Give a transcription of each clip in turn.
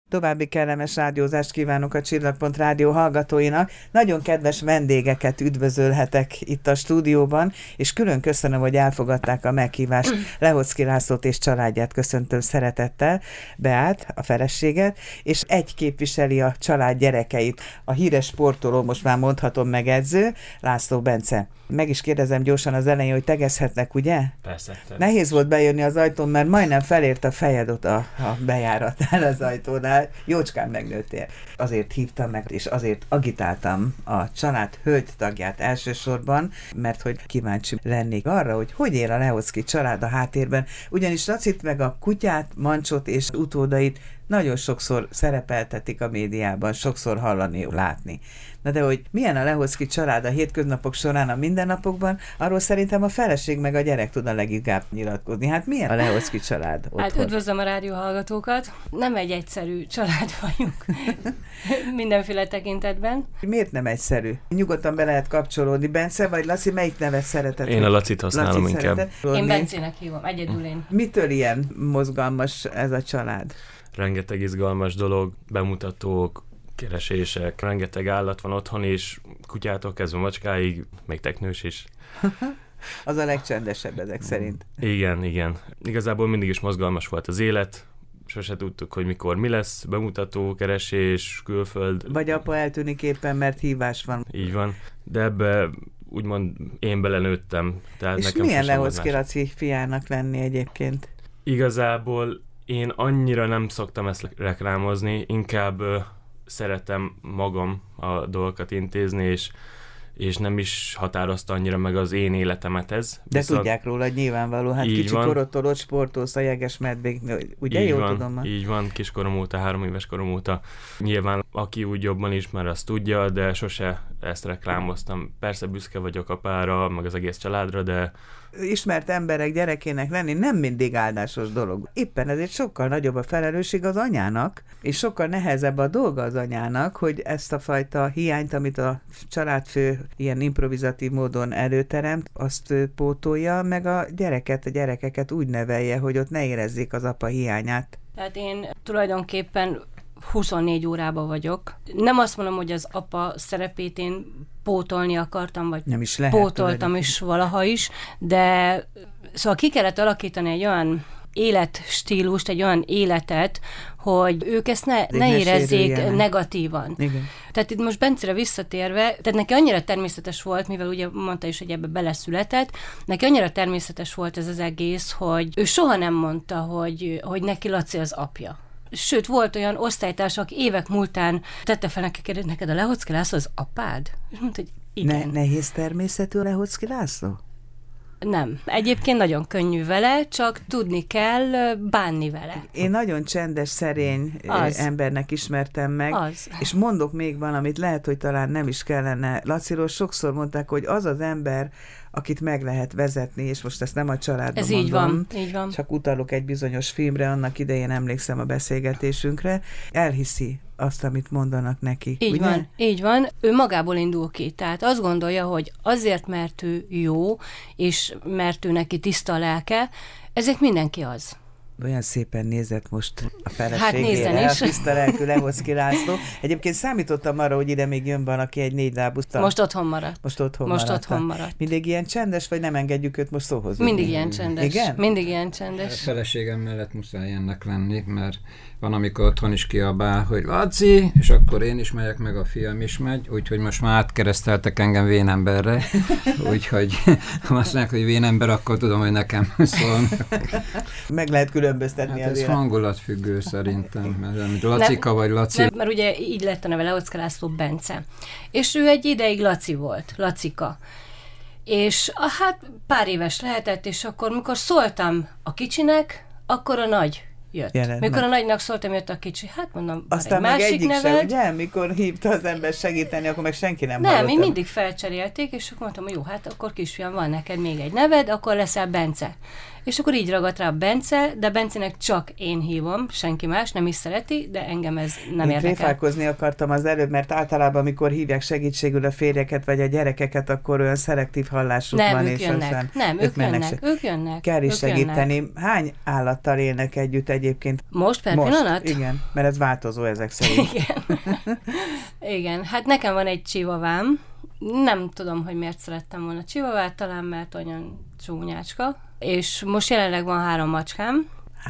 További kellemes rádiózást kívánok a Csillagpont Rádió hallgatóinak. Nagyon kedves vendégeket üdvözölhetek itt a stúdióban, és külön köszönöm, hogy elfogadták a meghívást. Lehocki Lászlót és családját köszöntöm szeretettel, Beát, a feleséget, és egy képviseli a család gyerekeit. A híres sportoló, most már mondhatom meg edző, László Bence. Meg is kérdezem gyorsan az elején, hogy tegezhetnek, ugye? Persze. Nehéz volt bejönni az ajtón, mert majdnem felért a fejed ott a bejáratnál az ajtónál. Jócskán megnőttél. Azért hívtam meg, és azért agitáltam a család hölgytagját elsősorban, mert hogy kíváncsi lennék arra, hogy él a Lehocki család a háttérben. Ugyanis Lacit meg a kutyát, Mancsot és utódait nagyon sokszor szerepeltetik a médiában, sokszor hallani, látni. Na de hogy milyen a Lehocki család a hétköznapok során, a mindennapokban, arról szerintem a feleség meg a gyerek tud a leginkább nyilatkozni. Hát milyen a Lehocki család otthon? Hát üdvözlöm a rádióhallgatókat. Nem egy egyszerű család vagyunk mindenféle tekintetben. Miért nem egyszerű? Nyugodtan be lehet kapcsolódni. Bence vagy Laci, melyik nevet szereted? Én a Lacit használom inkább. Én Bencének hívom, egyedül én. Mitől ilyen mozgalmas ez a család? Rengeteg izgalmas dolog, bemutatók, keresések, rengeteg állat van otthon is, kutyától kezdve macskáig, még teknős is. Az a legcsendesebb ezek szerint. Igen. Igazából mindig is mozgalmas volt az élet, sose tudtuk, hogy mikor mi lesz, bemutató, keresés, külföld. Vagy apa eltűnik éppen, mert hívás van. Így van, de ebbe úgymond én belenőttem. Tehát és nekem milyen Lehocki Laci fiának lenni egyébként? Igazából én annyira nem szoktam ezt reklámozni, inkább szeretem magam a dolgokat intézni, és nem is határozta annyira meg az én életemet ez. De tudják róla, nyilvánvaló, hát kicsi korodtól ott sportolsz a Jegesmedvék, ugye jól tudom? Így van, kiskorom óta, 3 éves korom óta. Nyilván aki úgy jobban ismer, azt tudja, de sose ezt reklámoztam. Persze büszke vagyok apára, meg az egész családra, de ismert emberek gyerekének lenni nem mindig áldásos dolog. Éppen ezért sokkal nagyobb a felelősség az anyának, és sokkal nehezebb a dolga az anyának, hogy ezt a fajta hiányt, amit a családfő ilyen improvizatív módon előteremt, azt pótolja, meg a gyerekeket úgy nevelje, hogy ott ne érezzék az apa hiányát. Tehát én tulajdonképpen 24 órában vagyok. Nem azt mondom, hogy az apa szerepét én pótolni akartam, vagy nem is lehet, pótoltam is valaha is, de szóval ki kellett alakítani egy olyan életstílust, egy olyan életet, hogy ők ezt ne érezzék negatívan. Igen. Tehát itt most Bencére visszatérve, tehát neki annyira természetes volt, mivel ugye mondta is, hogy ebbe beleszületett, neki annyira természetes volt ez az egész, hogy ő soha nem mondta, hogy neki Laci az apja. Sőt, volt olyan osztálytársa, aki évek múltán tette fel neked a Lehocki László az apád? És mondta, hogy igen. Nehéz természetű a Lehocki László? Nem. Egyébként nagyon könnyű vele, csak tudni kell bánni vele. Én nagyon csendes, szerény embernek ismertem meg, és mondok még valamit, lehet, hogy talán nem is kellene. Laciról sokszor mondták, hogy az az ember, akit meg lehet vezetni, és most ezt nem a családban ez mondom, így van. Csak utalok egy bizonyos filmre, annak idején emlékszem a beszélgetésünkre, elhiszi azt, amit mondanak neki. Így van. Ő magából indul ki. Tehát azt gondolja, hogy azért, mert ő jó, és mert ő neki tiszta a lelke, ezért mindenki az. Olyan szépen nézett most a feleségére, nézzen is. A tiszta lelkű Lehocki László. Egyébként számítottam arra, hogy ide még jön valaki egy 4 lábú. Most otthon maradt. Most otthon maradt. Mindig ilyen csendes, vagy nem engedjük őt most szóhoz? Mindig ilyen csendes. Igen? Mindig ilyen csendes. A feleségem mellett muszáj ennek lenni, mert van, amikor otthon is kiabál, hogy Laci, és akkor én is megyek, meg a fiam is megy, úgyhogy most már átkereszteltek engem vénemberre, úgyhogy ha azt mondják, hogy vénember, akkor tudom, hogy nekem szól. Meg lehet különböztetni hát azért. Ez hangulatfüggő szerintem, mert Lacika vagy Laci. Nem, mert ugye így lett a neve Lehocki László Bence. És ő egy ideig Laci volt, Lacika. És hát pár éves lehetett, és akkor, mikor szóltam a kicsinek, akkor a nagy jött. Mikor a nagynak szóltam, jött a kicsi. Hát mondom, aztán egy másik egyik nevet. Se, ugye? Mikor hívta az ember segíteni, akkor meg senki nem hallottam. Nem, én mindig felcserélték, és akkor mondtam, hogy jó, hát akkor kisfiam, van neked még egy neved, akkor leszel Bence. És akkor így ragadt rá a Bence, de Bencének csak én hívom, senki más nem is szereti, de engem ez nem Én érdekel. tréfálkozni akartam az előbb, mert általában, amikor hívják segítségül a férjeket vagy a gyerekeket, akkor olyan szelektív hallásuk Nem, van, ők és jönnek. aztán Nem, ők jönnek. kell is ők segíteni. jönnek. Hány állattal élnek együtt egyébként? Most per pillanat? Igen, mert ez változó ezek szerint. Igen, hát nekem van egy csivavám. Nem tudom, hogy miért szerettem volna csivavát, talán mert olyan csúnyácska. És most jelenleg van 3 macskám.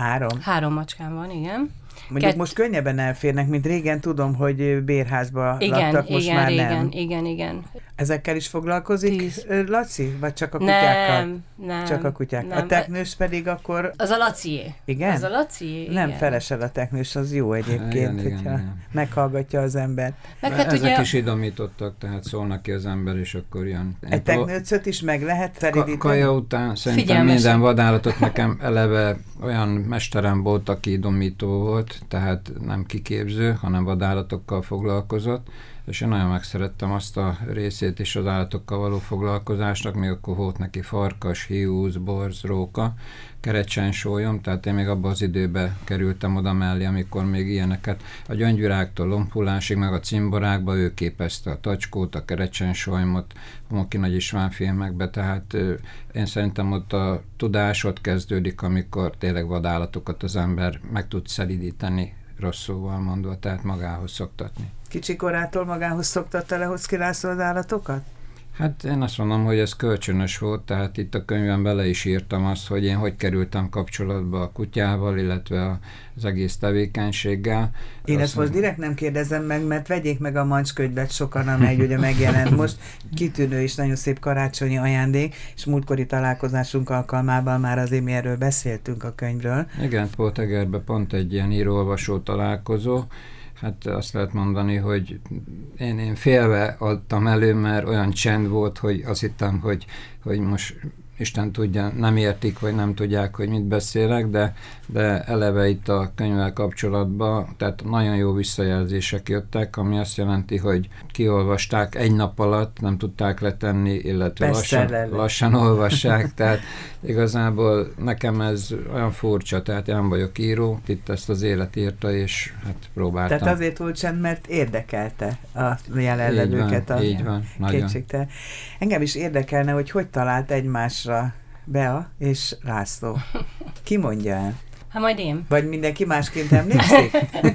3 macskám van, igen. Mondjuk most könnyebben elférnek, mint régen, tudom, hogy bérházba laktak, most már nem. Igen. Ezekkel is foglalkozik 10. Laci? Vagy csak a kutyákkal? Nem. Csak a kutyák. Nem. A teknős pedig akkor... Az a Lacié. Igen? Az a Lacié, Nem igen. felesel a teknős, az jó egyébként, hogyha meghallgatja az ember. Meg hát ugye... ezek is idomítottak, tehát szólnak ki az ember, és akkor jön. Egy teknőcöt is meg lehet felidítani? Kaja után szerintem Figyelmesek. minden vadállatot nekem eleve olyan mesterem volt, aki idomító volt, tehát nem kiképző, hanem vadállatokkal foglalkozott, és én nagyon megszerettem azt a részét is az állatokkal való foglalkozásnak, még akkor volt neki farkas, hiúz, borz, róka, kerecsensólyom, tehát én még abban az időben kerültem oda mellé, amikor még ilyeneket a gyöngyvirágtól lombhulásig, meg a cimborákba ő képezte a tacskót, a kerecsensólymot, a Moki Nagy István filmekbe, tehát én szerintem ott a tudás ott kezdődik, amikor tényleg vadállatokat az ember meg tud szelídíteni, rossz szóval mondva, tehát magához szoktatni. Kicsi korától magához szoktatta Lehoczky László az állatokat? Hát én azt mondom, hogy ez kölcsönös volt, tehát itt a könyvben bele is írtam azt, hogy én hogy kerültem kapcsolatba a kutyával, illetve az egész tevékenységgel. Én ezt most direkt nem kérdezem meg, mert vegyék meg a Mancskönyvet sokan, amely ugye megjelent most. Kitűnő és nagyon szép karácsonyi ajándék, és múltkori találkozásunk alkalmával már azért mi erről beszéltünk a könyvről. Igen, volt Egerben pont egy ilyen író-olvasó találkozó. Hát azt lehet mondani, hogy én félve adtam elő, mert olyan csend volt, hogy azt hittem, hogy most Isten tudja, nem értik, vagy nem tudják, hogy mit beszélek, de eleve itt a könyvvel kapcsolatban, tehát nagyon jó visszajelzések jöttek, ami azt jelenti, hogy kiolvasták egy nap alatt, nem tudták letenni, illetve lassan olvassák, tehát igazából nekem ez olyan furcsa, tehát én nem vagyok író, itt ezt az élet írta, és hát próbáltam. Tehát azért volt csend, mert érdekelte a jelenlevőket. Így van, nagyon. Kétségtelen. Engem is érdekelne, hogy talált egymásra Bea és László. Ki mondja el? Hát majd én. Vagy mindenki másként emlékszik?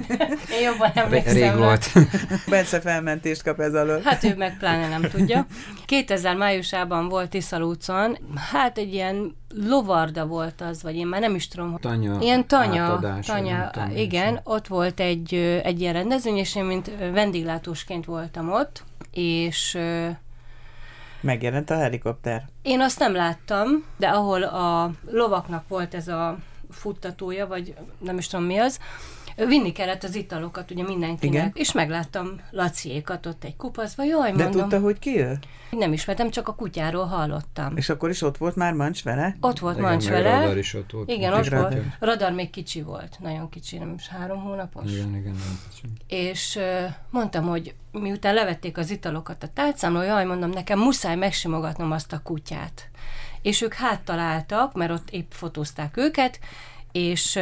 Én jobban emlékszem. Rég volt. Bence felmentést kap ez alól. Hát ő meg pláne nem tudja. 2000 májusában volt Tiszalúcon, hát egy ilyen lovarda volt az, vagy én már nem is tudom. Ilyen tanya, igen, ott volt egy ilyen rendezvény, és én mint vendéglátósként voltam ott, és... Megjelent a helikopter. Én azt nem láttam, de ahol a lovaknak volt ez a futtatója, vagy nem is tudom mi az, vinni kellett az italokat ugye mindenkinek, igen? És megláttam Laciékat ott egy kupaszba, jaj, mondom. De tudta, hogy ki ő? Nem ismertem, csak a kutyáról hallottam. És akkor is ott volt már Mancs vele? Ott volt Mancs vele. Radar is ott volt. Igen, ott volt. Radar még kicsi volt, nagyon kicsi, nem is 3 hónapos. Igen. És mondtam, hogy miután levették az italokat a tálcámról, jaj, mondom, nekem muszáj megsimogatnom azt a kutyát. És ők háttal álltak, mert ott épp fotózták őket, és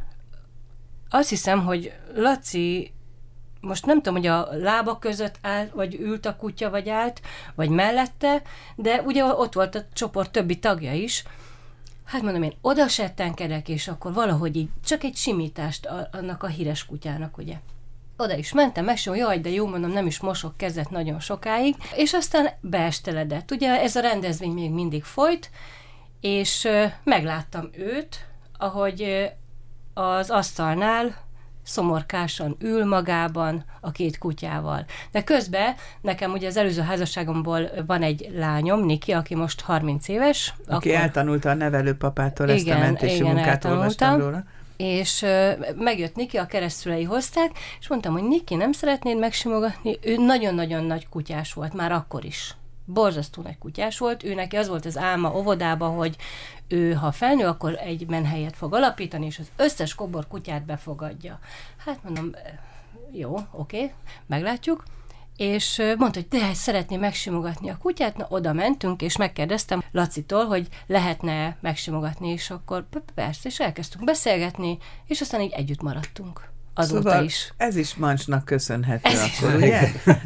azt hiszem, hogy Laci, most nem tudom, hogy a lába között állt, vagy ült a kutya, vagy állt, vagy mellette, de ugye ott volt a csoport többi tagja is. Hát mondom, én oda settenkedek, és akkor valahogy így csak egy simítást annak a híres kutyának, ugye. Oda is mentem, jaj, de jó, mondom, nem is mosok kezet nagyon sokáig, és aztán beesteledett. Ugye ez a rendezvény még mindig folyt, és megláttam őt, ahogy az asztalnál szomorkásan ül magában a 2 kutyával. De közben nekem ugye az előző házasságomból van egy lányom, Niki, aki most 30 éves. Aki eltanulta a nevelőpapától ezt a mentési munkát, olvastam róla. És megjött Niki, a keresztszülei hozták, és mondtam, hogy Niki, nem szeretnéd megsimogatni? Ő nagyon-nagyon nagy kutyás volt, már akkor is. Borzasztó nagy kutyás volt, ő neki az volt az álma óvodába, hogy ő, ha felnő, akkor egy menhelyet fog alapítani, és az összes kobor kutyát befogadja. Hát mondom, jó, oké, meglátjuk. és mondta, hogy de szeretné megsimogatni a kutyát, na oda mentünk, és megkérdeztem Lacitól, hogy lehetne megsimogatni, és akkor persze, és elkezdtünk beszélgetni, és aztán így együtt maradtunk. Azóta szóval is. Ez is Mancsnak köszönhető akkor, ugye?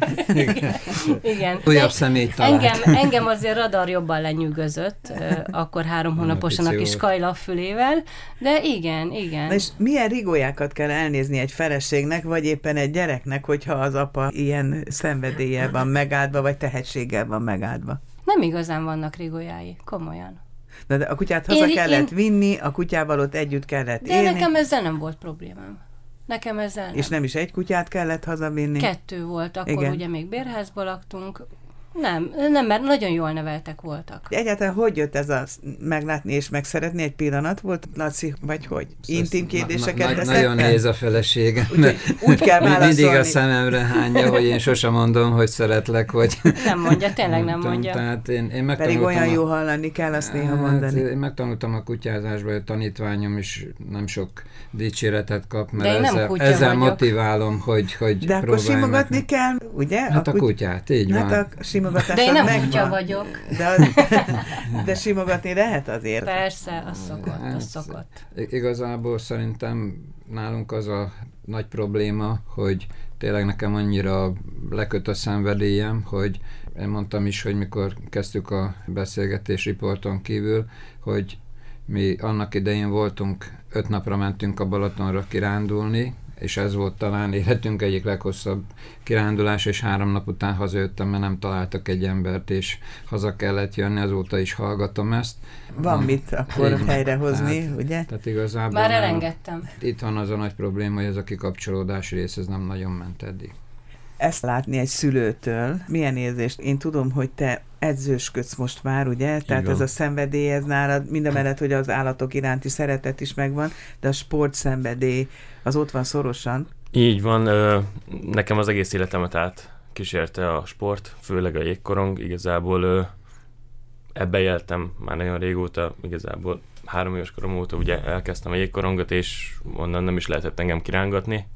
Igen. Újabb személyt talált. Engem azért radar jobban lenyűgözött, akkor 3 hónaposan a kis Kajla fülével, de igen. Na és milyen rigójákat kell elnézni egy feleségnek, vagy éppen egy gyereknek, hogyha az apa ilyen szenvedéllyel van megáldva, vagy tehetséggel van megáldva? Nem igazán vannak rigójái, komolyan. De a kutyát haza kellett vinni, a kutyával ott együtt kellett élni. De nekem ezzel nem volt problémám. Nekem ezzel nem. És nem is egy kutyát kellett hazavinni? 2 volt, akkor igen. ugye még bérházban laktunk. Nem, mert nagyon jól neveltek voltak. Egyáltalán hogy jött ez a meglátni és megszeretni? Egy pillanat volt, Laci, vagy hogy? Intim kérdéseket teszek? Nagyon néz a feleségem. Úgy kell válaszolni. Mindig a szememre hányja, hogy én sosem mondom, hogy szeretlek, vagy... Nem mondja, tényleg nem mondja. Tehát én pedig olyan jó hallani kell azt néha mondani. Én megtanultam a kutyázásba, hogy a tanítványom is nem sok dicséretet kap, mert ezzel motiválom, hogy de akkor simogatni kell, ugye? Hát a kutyát, így van. De én nem kutya vagyok. De simogatni lehet azért. Persze, az szokott. Igazából szerintem nálunk az a nagy probléma, hogy tényleg nekem annyira leköt a szenvedélyem, hogy én mondtam is, hogy mikor kezdtük a beszélgetés riporton kívül, hogy mi annak idején voltunk, 5 napra mentünk a Balatonra kirándulni, és ez volt talán életünk egyik leghosszabb kirándulás, és 3 nap után hazajöttem, mert nem találtak egy embert, és haza kellett jönni, azóta is hallgatom ezt. Van mit akkor helyrehozni, ugye? Tehát igazából már elengedtem. Itt van az a nagy probléma, hogy ez a kikapcsolódás rész, ez nem nagyon ment eddig. Ezt látni egy szülőtől, milyen érzést? Én tudom, hogy te edzősködsz most már, ugye? Tehát ez a szenvedély, ez nálad, mindamellett, hogy az állatok iránti szeretet is megvan, de a sportszenvedély az ott van szorosan. Így van, nekem az egész életemet át kísérte a sport, főleg a jégkorong, igazából ebbe éltem már nagyon régóta, igazából 3 éves korom óta ugye elkezdtem a jégkorongot, és onnan nem is lehetett engem kirángatni.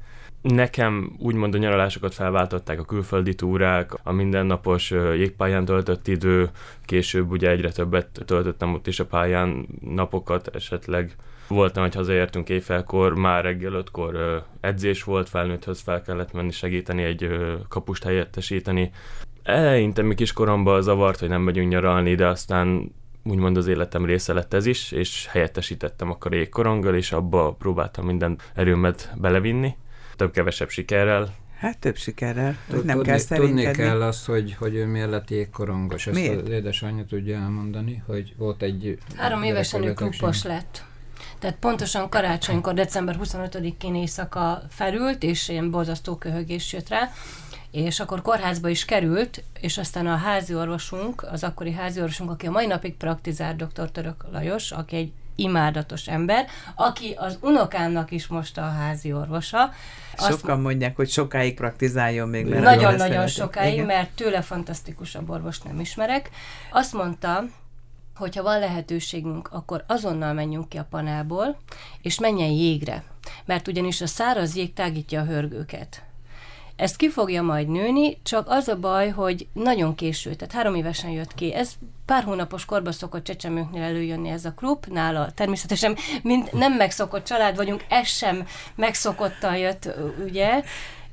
Nekem úgymond a nyaralásokat felváltották a külföldi túrák, a mindennapos jégpályán töltött idő, később ugye egyre többet töltöttem ott is a pályán, napokat esetleg. Voltam, hogy hazaértünk éjfélkor, már reggel 5-kor edzés volt, felnőtthöz fel kellett menni segíteni, egy kapust helyettesíteni. Eleinte még kiskoromban zavart, hogy nem megyünk nyaralni, de aztán úgymond az életem része lett ez is, és helyettesítettem akkor jégkoronggal, és abba próbáltam minden erőmet belevinni. Több-kevesebb sikerrel. Hát több sikerrel, hogy nem kell szerintedni. Tudni kell azt, hogy ő miért lett jégkorongos. Ezt az édesanyja tudja elmondani, hogy volt egy... 3 évesen ő klubos lett. Tehát pontosan karácsonykor, december 25-én éjszaka felült, és ilyen borzasztó köhögés jött rá, és akkor kórházba is került, és aztán a háziorvosunk, az akkori háziorvosunk, aki a mai napig praktizál, dr. Török Lajos, aki egy imádatos ember, aki az unokámnak is most a házi orvosa. Sokan mondják, hogy sokáig praktizáljon még. Nagyon-nagyon sokáig, igen. Mert tőle fantasztikusabb orvost nem ismerek. Azt mondta, hogy ha van lehetőségünk, akkor azonnal menjünk ki a panelból, és menjen jégre. Mert ugyanis a száraz jég tágítja a hörgőket. Ez ki fogja majd nőni, csak az a baj, hogy nagyon késő, tehát 3 évesen jött ki. Ez pár hónapos korban szokott csecsemőknél előjönni ez a klub, nála természetesen nem megszokott család vagyunk, ez sem megszokottan jött, ugye,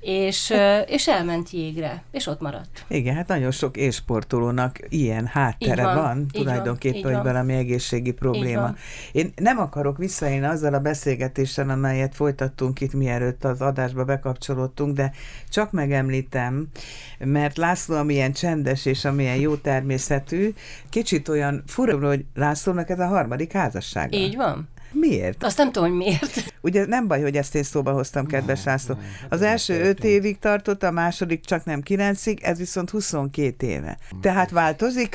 és elment jégre, és ott maradt. Igen, hát nagyon sok élsportolónak ilyen háttere van tulajdonképpen, hogy valami egészségi probléma. Én nem akarok visszaélni azzal a beszélgetéssel, amelyet folytattunk itt, mielőtt az adásba bekapcsolódtunk, de csak megemlítem, mert László amilyen csendes és amilyen jó természetű, kicsit olyan fura, hogy Lászlónak ez a 3. házassága. Így van. Miért? Azt nem tudom, hogy miért. Ugye nem baj, hogy ezt én szóba hoztam, kedves László. Az első 5 évig tartott, a második csak nem 9-ig, ez viszont 22 éve. Tehát változik?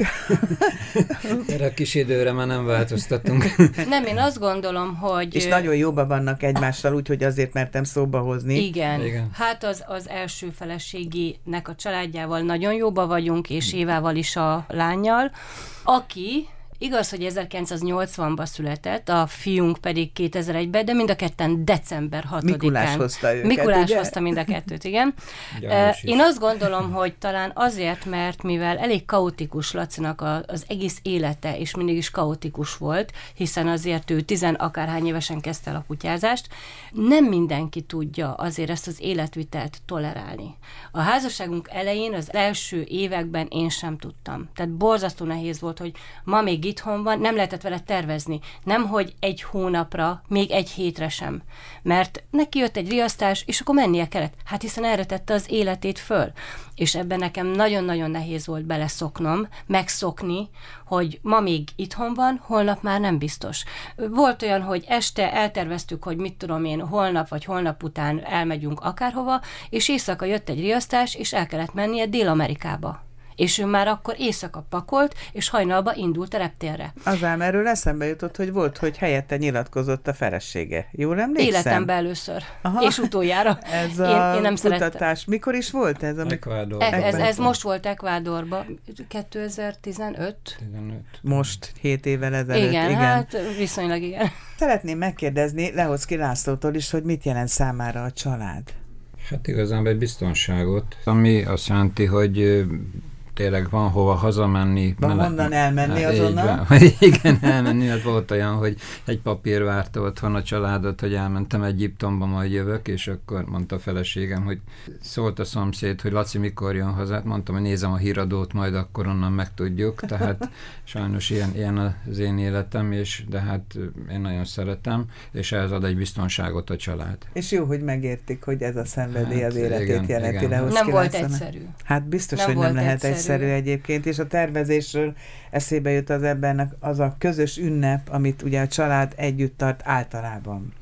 Erre a kis időre már nem változtatunk. Nem, én azt gondolom, hogy... És nagyon jóban vannak egymással, úgyhogy azért mertem szóba hozni. Igen. Hát az első feleségének a családjával nagyon jóban vagyunk, és Évával is a lánnyal, aki Igaz, hogy 1980-ban született, a fiunk pedig 2001-ben, de mind a ketten december 6-án. Mikulás hozta őket, Mikulás ugye? hozta mind a kettőt, igen. János is. Én azt gondolom, hogy talán azért, mert mivel elég kaotikus Lacinak az egész élete, és mindig is kaotikus volt, hiszen azért ő 10 akárhány évesen kezdte el a kutyázást, nem mindenki tudja azért ezt az életvitelt tolerálni. A házasságunk elején, az első években én sem tudtam. Tehát borzasztó nehéz volt, hogy ma még itthon van, nem lehetett vele tervezni. Nemhogy egy hónapra, még egy hétre sem. Mert neki jött egy riasztás, és akkor mennie kellett. Hát hiszen erre tette az életét föl. És ebben nekem nagyon-nagyon nehéz volt beleszoknom, megszokni, hogy ma még itthon van, holnap már nem biztos. Volt olyan, hogy este elterveztük, hogy mit tudom én, holnap vagy holnap után elmegyünk akárhova, és éjszaka jött egy riasztás, és el kellett mennie Dél-Amerikába. És ő már akkor éjszaka pakolt, és hajnalba indult a reptérre. Az ám erről eszembe jutott, hogy volt, hogy helyette nyilatkozott a felesége. Jól emlékszem? Életemben először. Aha. És utoljára. Ez a én nem kutatás. szerettem. Mikor is volt ez? Ecuadorban. Ez most volt Ecuadorban, 2015. 15. Most, 7 évvel ezelőtt. Igen, hát viszonylag igen. Szeretném megkérdezni Lehoczky Lászlótól is, hogy mit jelent számára a család. Hát igazából egy biztonságot, ami azt jelenti, hogy tényleg van hova hazamenni. Van honnan elmenni azonnal? Igen, elmenni, hát volt olyan, hogy egy papír várta otthon a családot, hogy elmentem Egyiptomba, majd jövök, és akkor mondta a feleségem, hogy szólt a szomszéd, hogy Laci mikor jön haza, mondtam, hogy nézem a híradót, majd akkor onnan megtudjuk, tehát sajnos ilyen az én életem, de hát én nagyon szeretem, és ehhez ad egy biztonságot a család. És jó, hogy megértik, hogy ez a szenvedély Hát az életét igen, jelenti. igen. Lehoczky Nem volt Lászlónak. egyszerű. Hát biztos, Nem hogy volt nem lehet egyszerű. egyébként, és a tervezésről eszébe jut az ebben az a közös ünnep, amit ugye a család együtt tart általában.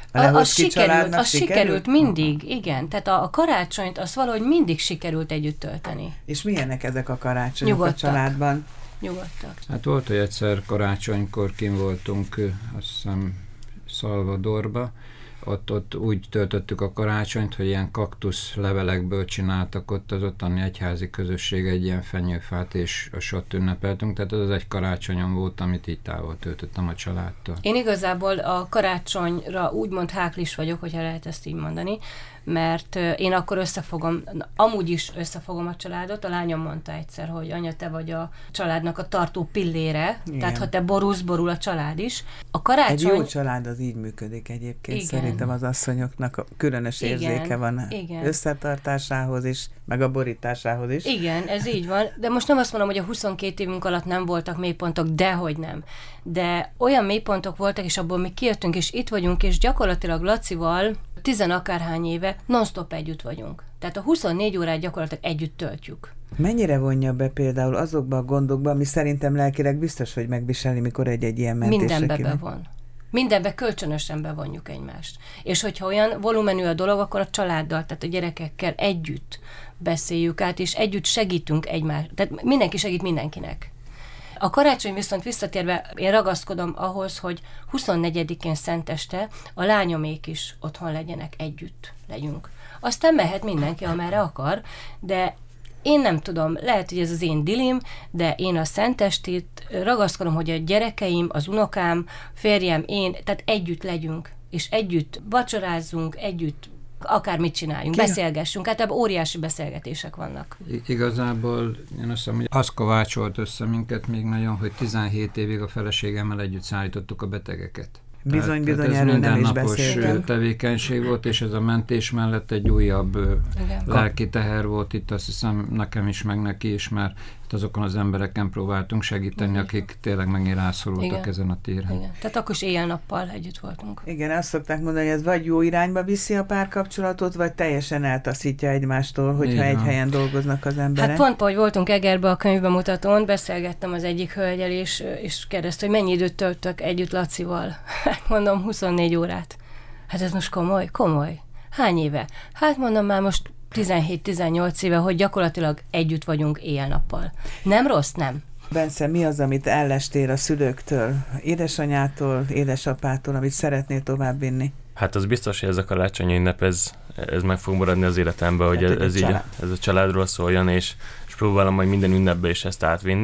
Az sikerült mindig, igen. Tehát a karácsonyt azt valahogy mindig sikerült együtt tölteni. És milyenek ezek a karácsonyok Nyugodtak. a családban? Nyugodtak. Hát volt, hogy egyszer karácsonykor kint voltunk, azt hiszem, Salvadorba, ott úgy töltöttük a karácsonyt, hogy ilyen kaktusz levelekből csináltak ott az ottani egyházi közösség egy ilyen fenyőfát, és a sott ünnepeltünk, tehát az egy karácsonyom volt, amit így távol töltöttem a családtól. Én igazából a karácsonyra úgymond háklis vagyok, hogyha lehet ezt így mondani, mert én akkor amúgy is összefogom a családot. A lányom mondta egyszer, hogy anya, te vagy a családnak a tartó pillére, igen. Tehát ha te borulsz, borul a család is. A karácsony... Egy jó család az így működik egyébként. Igen. Szerintem az asszonyoknak különös érzéke van igen. összetartásához is, meg a borításához is. Igen, ez így van, de most nem azt mondom, hogy a 22 évünk alatt nem voltak mélypontok, dehogy nem. De olyan mélypontok voltak, és abból mi kijöttünk, és itt vagyunk, és gyakorlatilag Lacival 10 akárhány éve non-stop együtt vagyunk. Tehát a 24 órát gyakorlatilag együtt töltjük. Mennyire vonja be például azokba a gondokba, ami szerintem lelkileg biztos, hogy megviseli, mikor egy ilyen mentésre Mindenbe kimegy? bevon. Mindenbe kölcsönösen bevonjuk egymást. És hogyha olyan volumenű a dolog, akkor a családdal, tehát a gyerekekkel együtt beszéljük át, és együtt segítünk egymást. Tehát mindenki segít mindenkinek. A karácsony viszont visszatérve, én ragaszkodom ahhoz, hogy 24-én szenteste a lányomék is otthon legyenek, együtt legyünk. Aztán mehet mindenki, amerre akar, de én nem tudom, lehet, hogy ez az én dilim, de én a szentestét ragaszkodom, hogy a gyerekeim, az unokám, férjem, én, tehát együtt legyünk, és együtt vacsorázzunk, együtt akármit csináljunk, beszélgessünk, hát ebben óriási beszélgetések vannak. Igazából én azt hiszem, hogy az kovácsolt össze minket még nagyon, hogy 17 évig a feleségemmel együtt szállítottuk a betegeket. Bizony, ez erről nem is mindennapos beszéltünk. tevékenység volt, és ez a mentés mellett egy újabb lelki teher volt itt, azt hiszem nekem is, meg neki is, mert azokon az embereken próbáltunk segíteni, akik tényleg megint rászorultak ezen a téren. Igen. Tehát akkor is éjjel-nappal együtt voltunk. Igen, azt szokták mondani, hogy ez vagy jó irányba viszi a párkapcsolatot, vagy teljesen eltaszítja egymástól, hogyha egy helyen dolgoznak az emberek. Hát pont, hogy voltunk Egerbe a könyvbemutatón, beszélgettem az egyik hölgyel, és kérdezte, hogy mennyi időt töltök együtt Lacival. Hát mondom, 24 órát. Hát ez most komoly? Komoly. Hány éve? Hát mondom, már most 17-18 éve, hogy gyakorlatilag együtt vagyunk éjjel-nappal. Nem rossz, nem? Bence, mi az, amit ellestél a szülőktől, édesanyától, édesapától, amit szeretnél továbbvinni? Hát az biztos, hogy ez a karácsonyi ünnep, ez meg fog maradni az életemben, hogy ez a családról szóljon, és próbálom majd minden ünnepbe is ezt átvinni.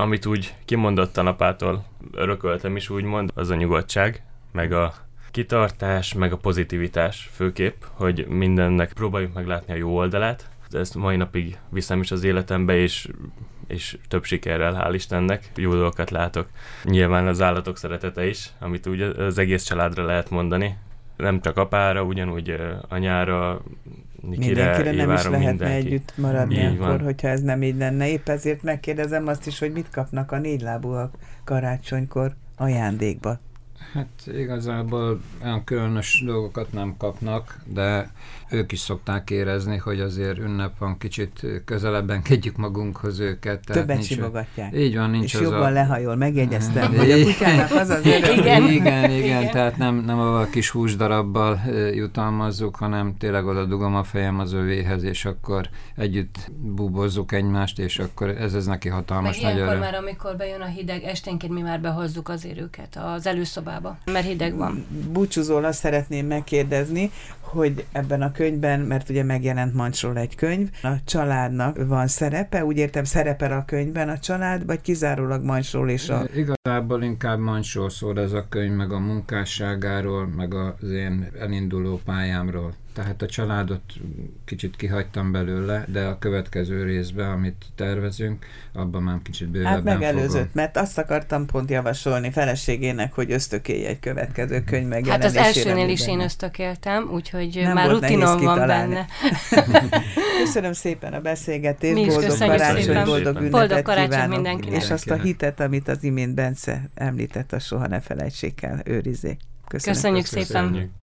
amit úgy kimondottan apától örököltem is úgymond, az a nyugodtság, meg a kitartás, meg a pozitivitás főképp, hogy mindennek próbáljuk meglátni a jó oldalát. Ezt mai napig viszem is az életembe, és több sikerrel, hál' Istennek, jó dolgokat látok. Nyilván az állatok szeretete is, amit úgy az egész családra lehet mondani. Nem csak apára, ugyanúgy anyára, Nikire, mindenkire nem is lehetne mindenki. együtt maradni Így akkor, van. hogyha ez nem így lenne. Épp ezért megkérdezem azt is, hogy mit kapnak a négylábúak karácsonykor ajándékba. Hát igazából olyan különös dolgokat nem kapnak, de ők is szokták érezni, hogy azért ünnep van, kicsit közelebben kedjük magunkhoz őket. Többet simogatják. Így van, nincs és az jobban lehajol, megjegyeztem, Igen. hogy a kutyának az az öröm. Igen, tehát nem a kis húsdarabbal jutalmazzuk, hanem tényleg oda dugom a fejem az övéhez, és akkor együtt búbozzuk egymást, és akkor ez neki hatalmas meg nagy ilyenkor öröm. már, amikor bejön a hideg, esténként mi már behozzuk azért őket az előszobába, mert hideg van. Búcsúzól azt szeretném megkérdezni, hogy ebben a könyvben, mert ugye megjelent Mancsról egy könyv, a családnak van szerepe, úgy értem, szerepel a könyvben a család, vagy kizárólag Mancsról és a... Igazából inkább Mancsról szól ez a könyv, meg a munkásságáról, meg az én elinduló pályámról. Tehát a családot kicsit kihagytam belőle, de a következő részben, amit tervezünk, abban már kicsit bővebben Hát megelőzött, fogom. mert azt akartam pont javasolni feleségének, hogy ösztökélje egy következő könyv Hát megjelenésére. az elsőnél is én benne. ösztökéltem, úgyhogy Nem már volt rutinom nehéz van kitalálni. benne. Köszönöm szépen a beszélgetést, Mi is boldog köszönjük karácsony, szépen. boldog Boldog ünnepet karácsony kívánok, mindenkinek. és azt a hitet, amit az imént Bence említett, azt soha ne felejtsék el, őrizzék. Köszönöm. Köszönjük szépen. Köszönjük.